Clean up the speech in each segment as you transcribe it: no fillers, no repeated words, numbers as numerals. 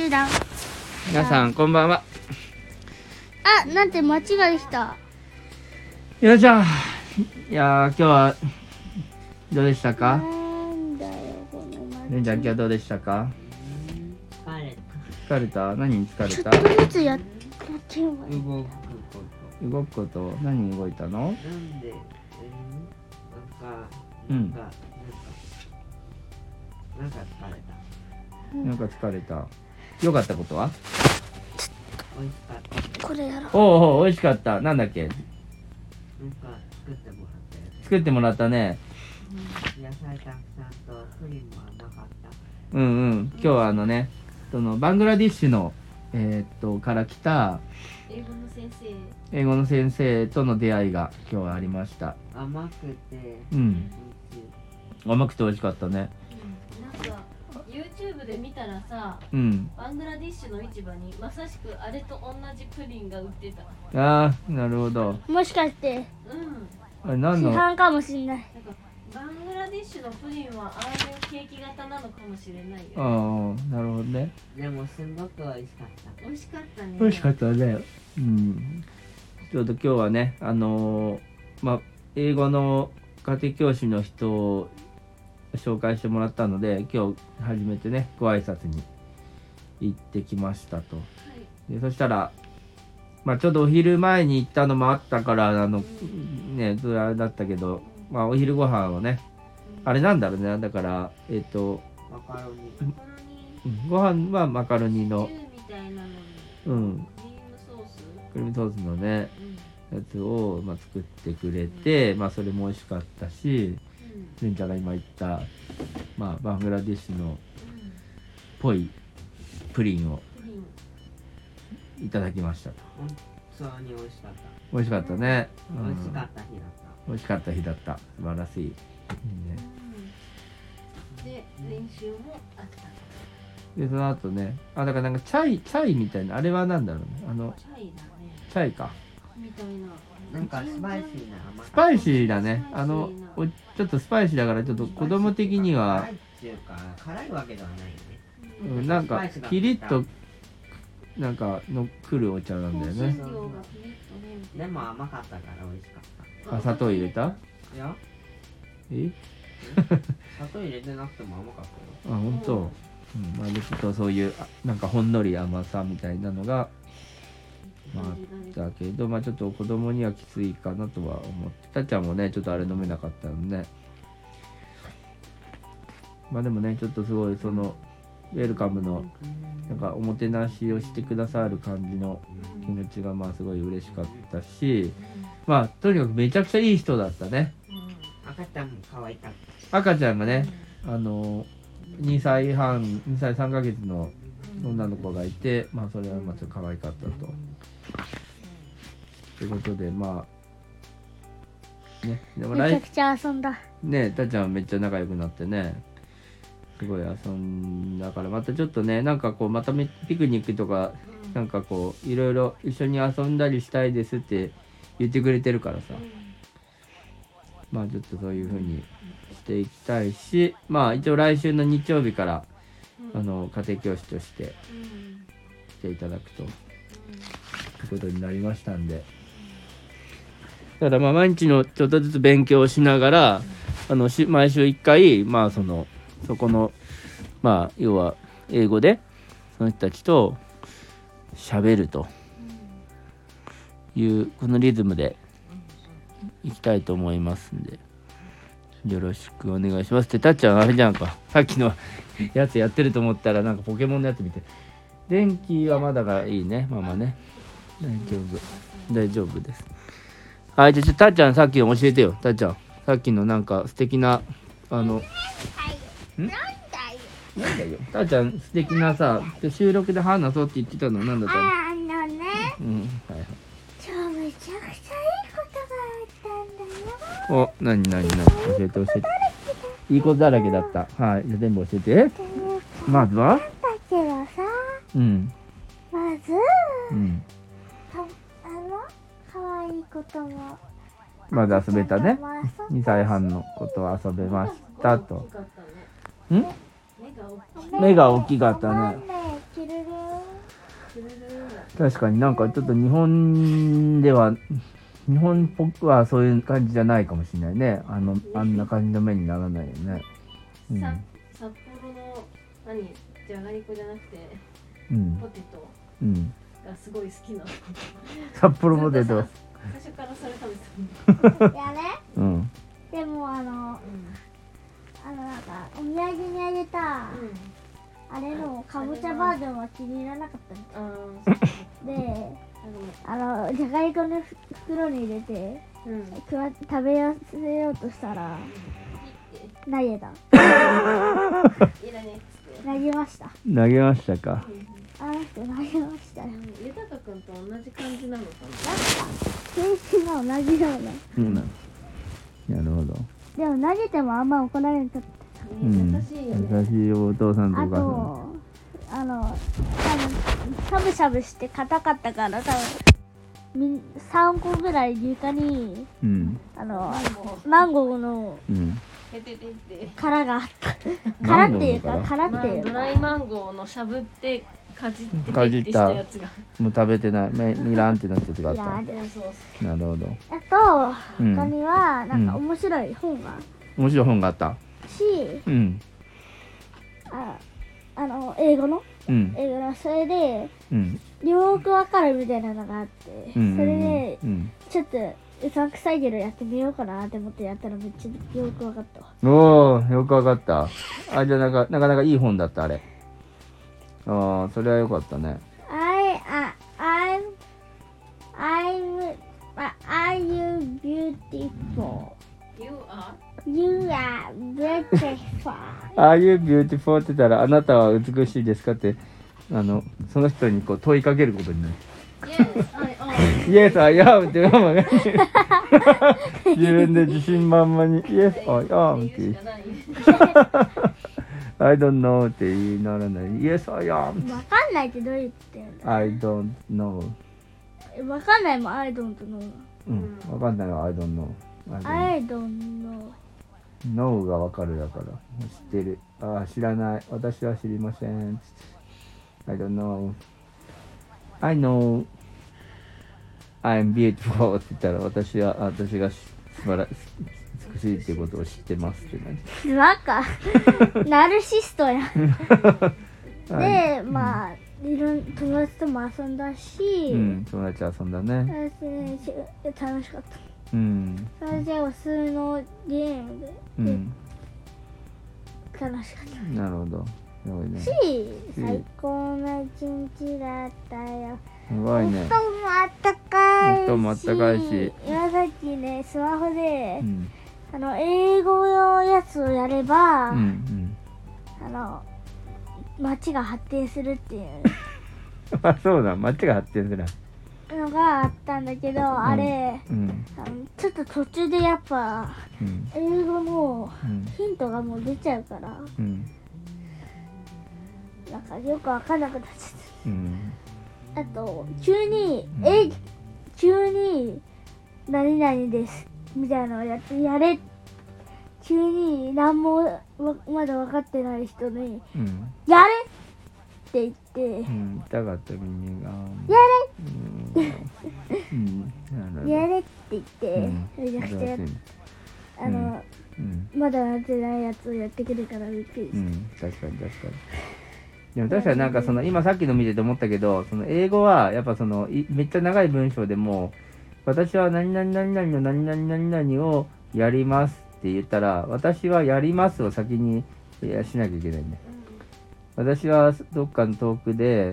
らん。 皆さんこんばんは。 あ、なんて間違いした。 よいしょ。いやー、今日はどうでしたか？ なんだよこの間違い。 レンちゃん今日はどうでしたか？疲れた？何に疲れた？ ちょっとずつやってよ。 動くこと。何動いたの？ なんで、なんか疲れた。 なんか疲れた。良かったことは？ 美味しかった。 これやろう。 おお、美味しかった。なんだっけ？ なんか作ってもらったやつ。 作ってもらったね。 野菜たくさんとプリンも甘かった。 うんうん。今日はそのバングラディッシュのから来た英語の先生との出会いが今日はありました。 甘くて、 うん。甘くて美味しかったね。 なんか YouTube で見たらさ、 うん。 バングラディッシュの市場にまさしくあれと同じプリンが売ってた。 ああ、なるほど。 もしかしてうん。 あれ何の？ 市販かもしれない。 なんかバングラディッシュのプリンはああいうケーキ型なのかもしれないあよ。 あ、なるほどね。 でもすんごく美味しかった。 美味しかったね。 美味しかったね。うん。ちょうど今日はね、英語の家庭教師の人を紹介してもらったので、今日初めてね、ご挨拶に行ってきましたと。でそしたら、ちょうどお昼前に行ったのもあったから、ずらだったけど、お昼ご飯をね、あれなんだろうね、だから、 マカロニ。 ご飯はマカロニの、 シチューみたいなのにうん、 クリームソース。 クリームソースのね、やつを、作ってくれて、それも美味しかったし、レンちゃんが今言った、バングラディッシュのぽいプリンをいただきましたと。 本当に美味しかった。 美味しかったね。 美味しかった日だった。 美味しかった日だった。素晴らしい。いいね。 で練習もあった。 でその後ね、だからなんかチャイみたいな、あれはなんだろうね。 チャイだね。 チャイか。 みたいな。 なんかスパイシーな甘さ。 スパイシーだね。ちょっとスパイシーだから、ちょっと子供的には、 辛いっていうか、辛いわけではないよね。 なんかキリッとなんかの来るお茶なんだよね。 でも甘かったから美味しかった。 砂糖入れた？ いや、砂糖入れてなくても甘かったよ。 本当。でちょっとそういうなんかほんのり甘さみたいなのがあったけど、ちょっと子供にはきついかなとは思って、たっちゃんもねちょっとあれ飲めなかったのね。でもねちょっとすごいそのウェルカムのなんかおもてなしをしてくださる感じの気持ちがすごい嬉しかったし、とにかくめちゃくちゃいい人だったね。 赤ちゃんも可愛かった。 赤ちゃんがね2歳3ヶ月の女の子がいて、それはちょっと可愛かったと。ということででもめちゃくちゃ遊んだ。 たっちゃんはめっちゃ仲良くなってね、すごい遊んだから、またちょっとね、なんかこうまたピクニックとかなんかこういろいろ一緒に遊んだりしたいですって言ってくれてるからさ、ちょっとそういう風にしていきたいし、一応来週の日曜日から家庭教師として来ていただくということになりましたんで、ただ毎日のちょっとずつ勉強をしながら毎週1回そこの要は英語でその人たちと喋るというこのリズムでいきたいと思いますんで、よろしくお願いします。ってたっちゃんあれじゃんか、さっきのやつやってると思ったらなんかポケモンのやつ見て、電気はまだがいいね、ママね、大丈夫です。はい、じゃあたっちゃんさっきの教えてよ。たっちゃんさっきのなんか素敵ななんだよ、たっちゃん素敵なさ、収録で話そうって言ってたのなんだったの？ ね、 はいはい。 めちゃくちゃいいことがあったんだよ。 何教えて。いいことだらけだった。はい、じゃあ全部教えて。まずは？ だけどさ、まず、可愛いことも。 まず遊べたね。2歳半のことは遊べましたと。目が大きかったね。 今キルル確かになんかちょっと日本では日本っぽくはそういう感じじゃないかもしれないね。あんな感じの目にならないよね。うん札幌のじゃがりこじゃなくてうんポテトうん。 がすごい好きなの。 札幌ポテト。 最初からそれ食べてたの。 いやね、 うんでもなんかお土産にあげたあれのかぼちゃバージョンは気に入らなかったので、じゃがりこの袋に入れて食べやすようとしたら投げた。 いらねっつって投げました。 投げましたか。 あの人投げましたよ。 豊くんと同じ感じなのか全身が同じような。 うんなるほど。 でも投げてもあんま怒られなかっうん、 優しいよね。 優しいお父さんとた。あお母さん。 と多分しゃぶしゃぶして硬かったから多分3個ぐらい床にうんマンゴーのうん。 てててって殻があった。殻っていうかマンゴーの殻っていうドライマンゴーのしゃぶってかじってかじったペッてしたやつが。 もう食べてないミランってなってるやつがあっいやそうた。なるほど。 あとうん他にはなんか面白い本が面白い本があった。 し、 うん英語のそれでうんよーくわかるみたいなのがあって、 うん。 それでうん。 ちょっとうさんくさいけどやってみようかなって思ってやったらめっちゃよくわかったわ。 おお、よくわかった。あ、じゃあなかなかいい本だったあれ。ああ、それはよかったね。 Are you beautiful? You are? You are beautiful. Are you beautiful って言ったらあなたは美しいですかってその人にこう問いかけることになる。 Yes, I am. Yes, I am ってママが自分で自信満々に Yes, I am って言う。I don't know って言いならない。Yes, I am。 わかんないってどう言ってんだ。 I don't know。 わかんないもん、I don't know。 うん、わかんないわ。I don't know。 I don't know。 know がわかるだから。知ってる。ああ、知らない。私は知りません。I don't know. I know I'm beautiful って言ったら私が美しいってことを知ってますって感じ。 なんかナルシストやん。で、まあ友達とも遊んだし、 うん、友達遊んだね。 楽しかった。 うん。 それでお数のゲームで、 うん。 楽しかった。 なるほど。すごいね。 最高な一日だったよ。 すごいね。 布団もあったかいし。 布団もあったかいし。 今さっきね、スマホで、 うん。 英語のやつをやれば、 うん街が発展するっていうあ、そうだ。街が発展する。 のがあったんだけど、あれ、 うん。 ちょっと途中でやっぱ、 うん。 英語のうん。 ヒントがもう出ちゃうから、 うん。 なんかよくわかんなくなっちゃっうん。 た。あと、急に何々ですみたいなのをやれ。急に何もまだ分かってない人に、 うん。 やれって言って、 うん。痛かった耳が。 やうん。 れやれって言って、 うんめちゃくちゃうん。 まだやってないやつをやってくるからびっくりした。 確かに。でも確かになんか今さっきの見てて思ったけど、英語はやっぱめっちゃ長い文章でも、私は何々何々の何々何々をやりますって言ったら、私はやりますを先にしなきゃいけないね。私はどっかの遠くで、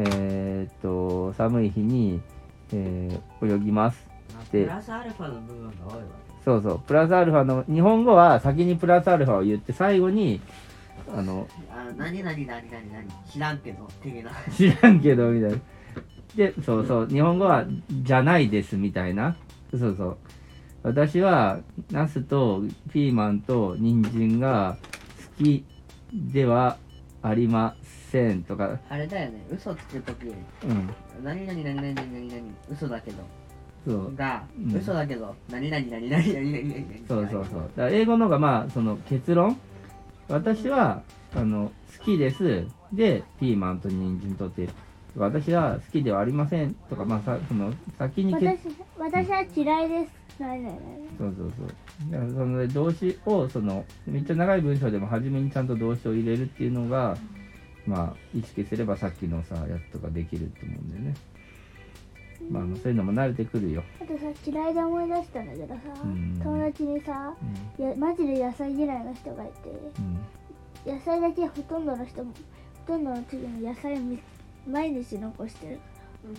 寒い日に、泳ぎますってプラスアルファの部分が多いわそうそう、プラスアルファの日本語は先にプラスアルファを言って最後に何知らんけど的な知らんけどみたいな。で、そう日本語はじゃないですみたいな。そう私はナスとピーマンと人参が好きではありませんとか。 あれだよね、嘘つくとき何々嘘だけどそうが、 うん嘘だけど何々 そうだから英語の方が結論私は好きですでピーマンと人参とって私は好きではありませんとか、まあその先に私は嫌いです。ないないない。 そうそうそう。だからその動詞をめっちゃ長い文章でも初めにちゃんと動詞を入れるっていうのが、まあ意識すればさっきのさやつとかできると思うんだよね。まあそういうのも慣れてくるよ。 あとさ、嫌いで思い出したんだけどさ、友達にさ、マジで野菜嫌いな人がいて、野菜だけほとんどの人もほとんどの次に野菜を毎日残してる。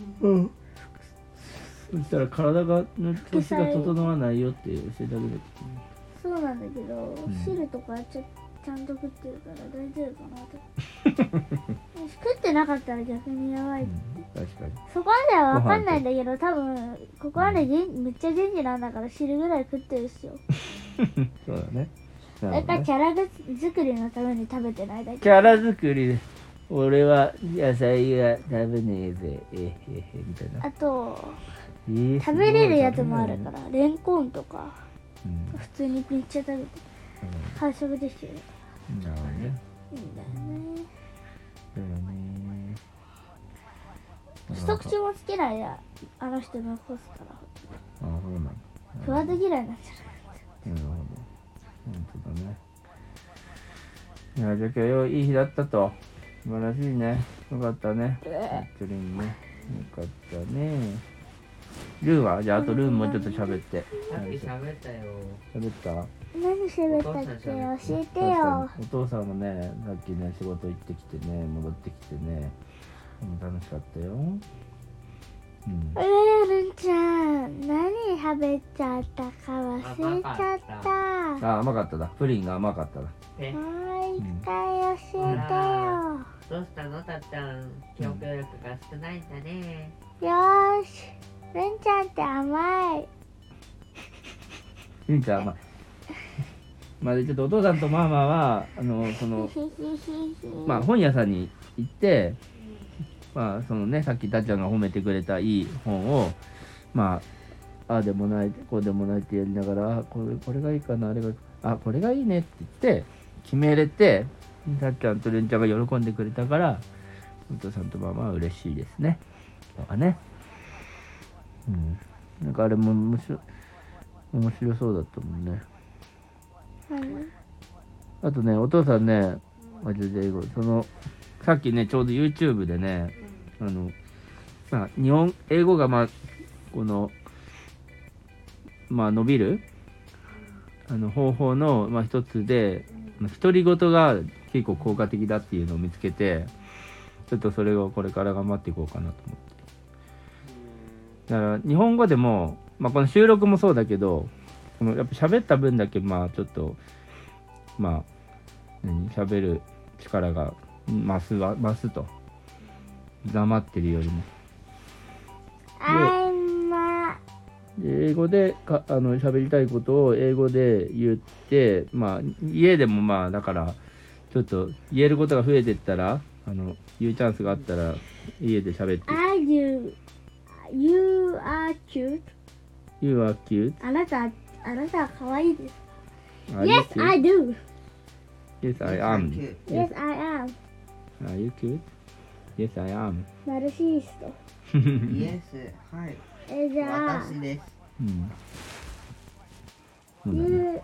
そしたら体の調子が整わないよって教えてあげる。 そうなんだけど、汁とかちゃんと食ってるから大丈夫かなと。食ってなかったら逆にやばいって。 確かに。 そこまでは分かんないんだけど、多分ここまでめっちゃ元気なんだから汁ぐらい食ってるっすよ。 そうだね。 だからキャラ作りのために食べてないだけ。 キャラ作りで俺は野菜が食べねえぜみたいな。 あと食べれるやつもあるから、レンコンとか、普通にめっちゃ食べて完食できる。 なるほどね。 いいんだよね。 だよね。 一口もつけないやあの人残すから。 あ、そうなんだ。 食わず嫌いなんじゃない。 なるほど。本当だね。いや、じゃあ今日いい日だったと。素晴らしいね。よかったね。チュリンね。よかったね。ルーはじゃああとルーもうちょっと喋って。 さっき喋ったよ。 喋った？ 何喋ったっけ、教えてよ。 お父さんもね、さっきね、仕事行ってきてね、戻ってきてね、楽しかったよ。 るんちゃん、何食べちゃったか忘れちゃった。 あ、甘かっただ。プリンが甘かっただ。 一回教えてよ。 どうしたのたっちゃん、記憶力が少ないんだね。 よーし、るんちゃんって甘い。 るんちゃん甘い。まあちょっとお父さんとママはまあ本屋さんに行って、まあさっきたっちゃんが褒めてくれたいい本をまあああでもないこうでもないってやりながら、これがいいかな、あれがこれがいいねって言って決めれて、たっちゃんとるんちゃんが喜んでくれたから、お父さんとママは嬉しいですね。とかね。なんかあれも面白そうだったもんね。あとね、お父さんね、さっきね、ちょうど YouTube でね、まあ、英語が伸びる方法の、一つで、独り言が結構効果的だっていうのを見つけて、ちょっとそれをこれから頑張っていこうかなと思って。だから日本語でも、この収録もそうだけど、やっぱ喋った分だけちょっと喋る力が増すと、黙ってるよりも。で英語で喋りたいことを英語で言って、家でもだからちょっと言えることが増えてったら言うチャンスがあったら家で喋って。 You are cute. You are cute. あなたは可愛いです。 Are you Yes, cute? I do. Yes, I am. Yes, I am. Are you cute? Yes, I am. ナルシスト。 イエス、はい。 じゃあ、 私です。 You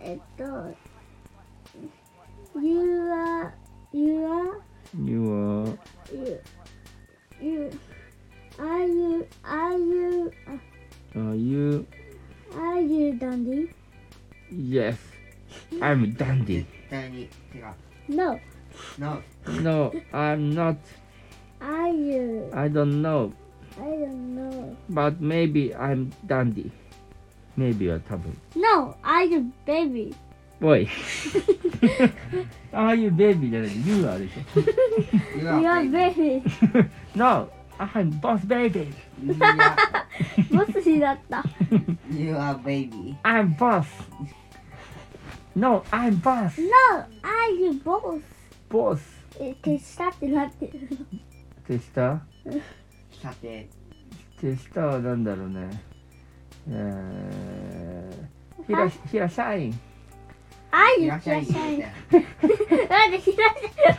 are you dandy? Yes, I'm dandy. 絶対に違う。 No. No. No, I'm not. Are you? I don't know. I don't know. But maybe I'm dandy. Maybe は多分。 No, are you baby? おい。ああいうベイビーじゃないで You はあるでしょ。 You are baby. No, I'm boss baby. ボスになった。 You are baby. I'm boss. No, I'm boss. No, are you boss? Boss. 手下ってなってる。 手下さて、 手下はなんだろうね。平社員。 あゆらっしゃいって言ってなんでひら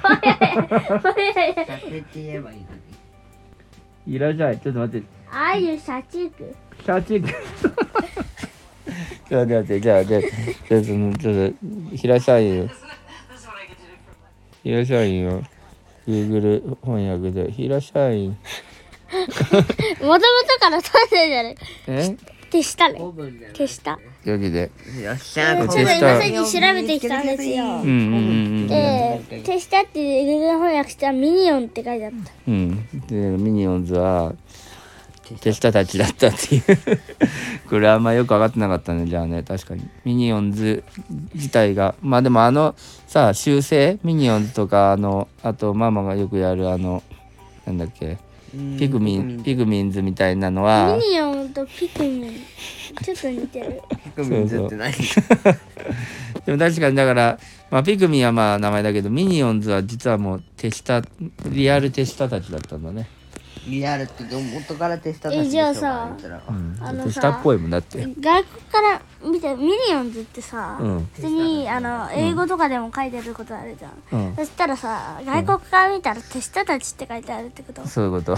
シャチって言えばいいのに。 いらっしゃい。ちょっと待って。 あゆシャチク。 シャチク。ちょっと待って、じゃあ、その、ちょっと、いらっしゃいよ。いらっしゃいよ。Google 翻訳で、いらっしゃい。 もともとからそうじゃない。消したね。 オーブンで消した。 というわけで、 よっしゃこっちょっと今ちしたさっき調べてきたんですよ。で、消したっていう Google 翻訳したらミニオンって書いてあった。 で、ミニオンズは、手下たちだったっていう。これあんまよく分かってなかったね、じゃあね、確かに。ミニオンズ自体が、まあでもさ、修正ミニオンズとか、あとママがよくやるなんだっけ、ピグミンズみたいなのは、 ミニオンとピクミン、ちょっと似てる。 ピクミンズって何？ でも確かにだから、まあ、ピグミンはまあ名前だけど、ミニオンズは実はもうリアル手下たちだったんだね。 リアルって元から手下たちでしょ。 じゃあさ手下っぽいもんだって。 外国から見てミニオンズってさ、普通に英語とかでも書いてることあるじゃん。そしたらさ、外国から見たら手下たちって書いてあるってこと。 そういうこと。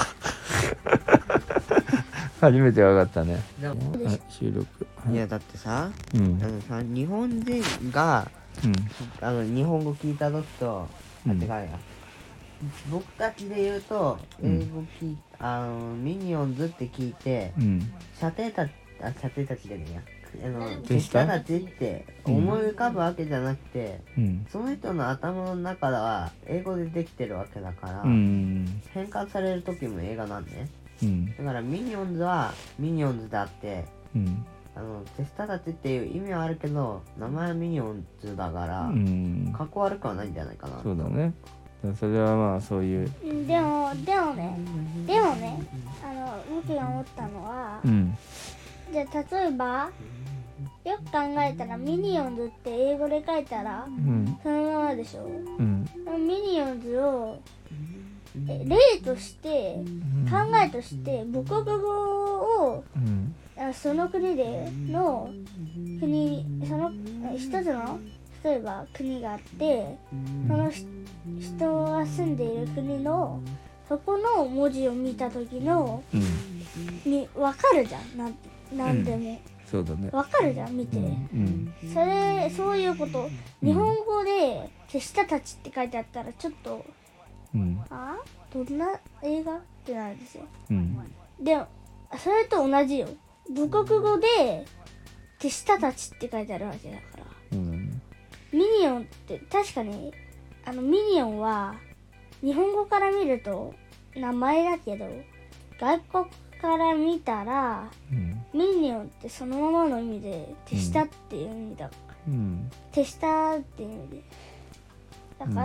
初めて分かったね。収録。 いやだってさ、日本人が日本語聞いた時と僕たちで言うと英語ミニオンズって聞いて、射程たちでね手下たちって思い浮かぶわけじゃなくて、その人の頭の中では英語でできてるわけだから、変換される時も映画なんね。だからミニオンズはミニオンズだって、手下たちっていう意味はあるけど名前はミニオンズだから、かっこ悪くはないんじゃないかな。 そうだね。それはまあそういう。 でもね、僕が思ったのは、じゃあ例えばよく考えたらミニオンズって英語で書いたら、そのままでしょ。ミニオンズを例として考えとして母国語を、その国でのその一つの例えば国があって、その人が住んでいる国のそこの文字を見た時の、分かるじゃん。なんでも、 そうだね。 分かるじゃん見て、そういうこと。日本語で手下たちって書いてあったらちょっと、どんな映画ってなるんですよ。でもそれと同じよ。母国語で手下たちって書いてあるわけだから、ミニオンって確かにミニオンは日本語から見ると名前だけど外国から見たら、ミニオンってそのままの意味で手下っていう意味だ、手下っていう意味でだから、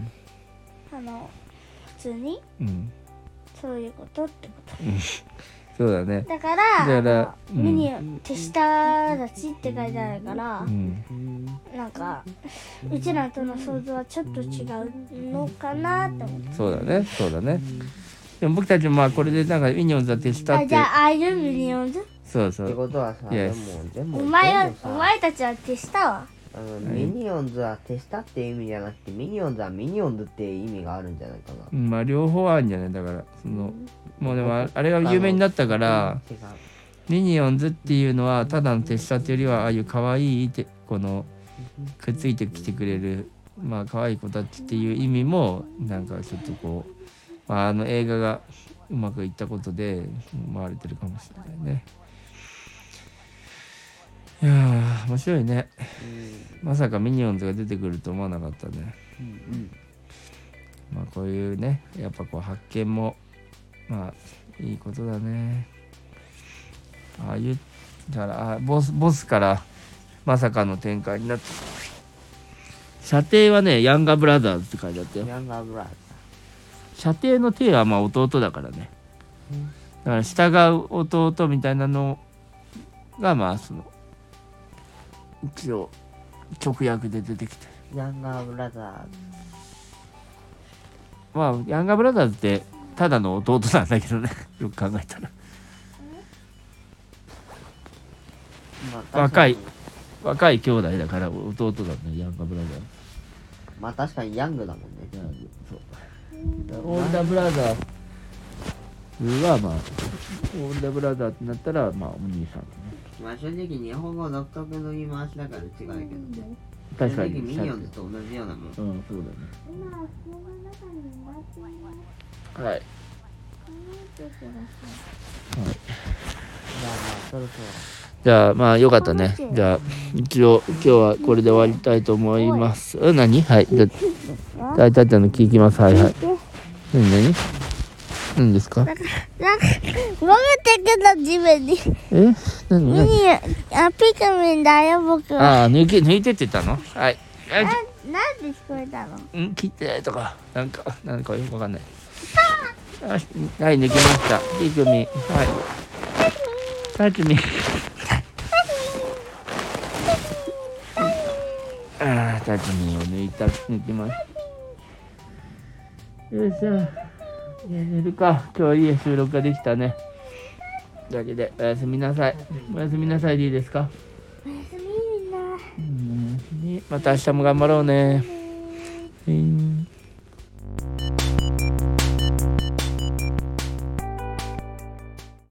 普通に、そういうことってこと、 そうだね。 だからミニオン手下たちって書いてあるから、なんかうちらとの想像はちょっと違うのかなって思って。 そうだね。でも僕たちもまあこれでなんかミニオンズは手下って。 じゃあああいうミニオンズ。 そう。 ってことはさ、でもお前たちは手下は。 ミニオンズは手下っていう意味じゃなくて、ミニオンズはミニオンズっていう意味があるんじゃないかな。 まあ両方あるんじゃない。だからもうでもあれが有名になったから、ミニオンズっていうのはただの手下っていうよりはああいう可愛いこのくっついてきてくれるまあ可愛い子たちっていう意味もなんかちょっとこう、映画がうまくいったことで思われてるかもしれないね。いやー面白いね。まさかミニオンズが出てくると思わなかったね。まあこういうねやっぱこう発見もまあいいことだね。だからボスからまさかの展開になって、射程はねヤンガーブラザーズって書いてあったよ。 ヤンガーブラザーズ。 射程の手はまあ弟だからね。だから従う弟みたいなのがまあ一応直訳で出てきて、 ヤンガーブラザーズ。 まあヤンガーブラザーズってただの弟なんだけどねよく考えたら、若い若い兄弟だから弟だね、ヤンガブラザー。 まあ確かにヤングだもんね。 ヤング、そう。オールダーブラザーズはまあ、オールダーブラザーってなったらまあお兄さん、ね。 まあ正直日本語独特の言い回しだから違うけどね。 確かに。 ミニオンズと同じようなもん。 うん、そうだね。 今は布の中に埋まっています。 はい。 考えてください。 はい。 じゃあまあそろそろ。 じゃあまあよかったね。じゃあ一応今日はこれで終わりたいと思います。何？はい。じゃあたっちゃんの聞きます。はいはい。何ですか？ なんか潜ってくの地面に。 何？ ミニピクミンだよ僕は。 ああ抜いてって言ったの？はい。 なんで聞こえたの？ 聞いてとかなんかよくわかんない。はい、抜きました。ピクミン。はい。タッチミン。ああ、タッチミンを抜きます。よいしょ。寝るか。今日いい収録ができたね。というわけで、おやすみなさい。おやすみなさいでいいですか？ おやすみみんな。 また明日も頑張ろうね。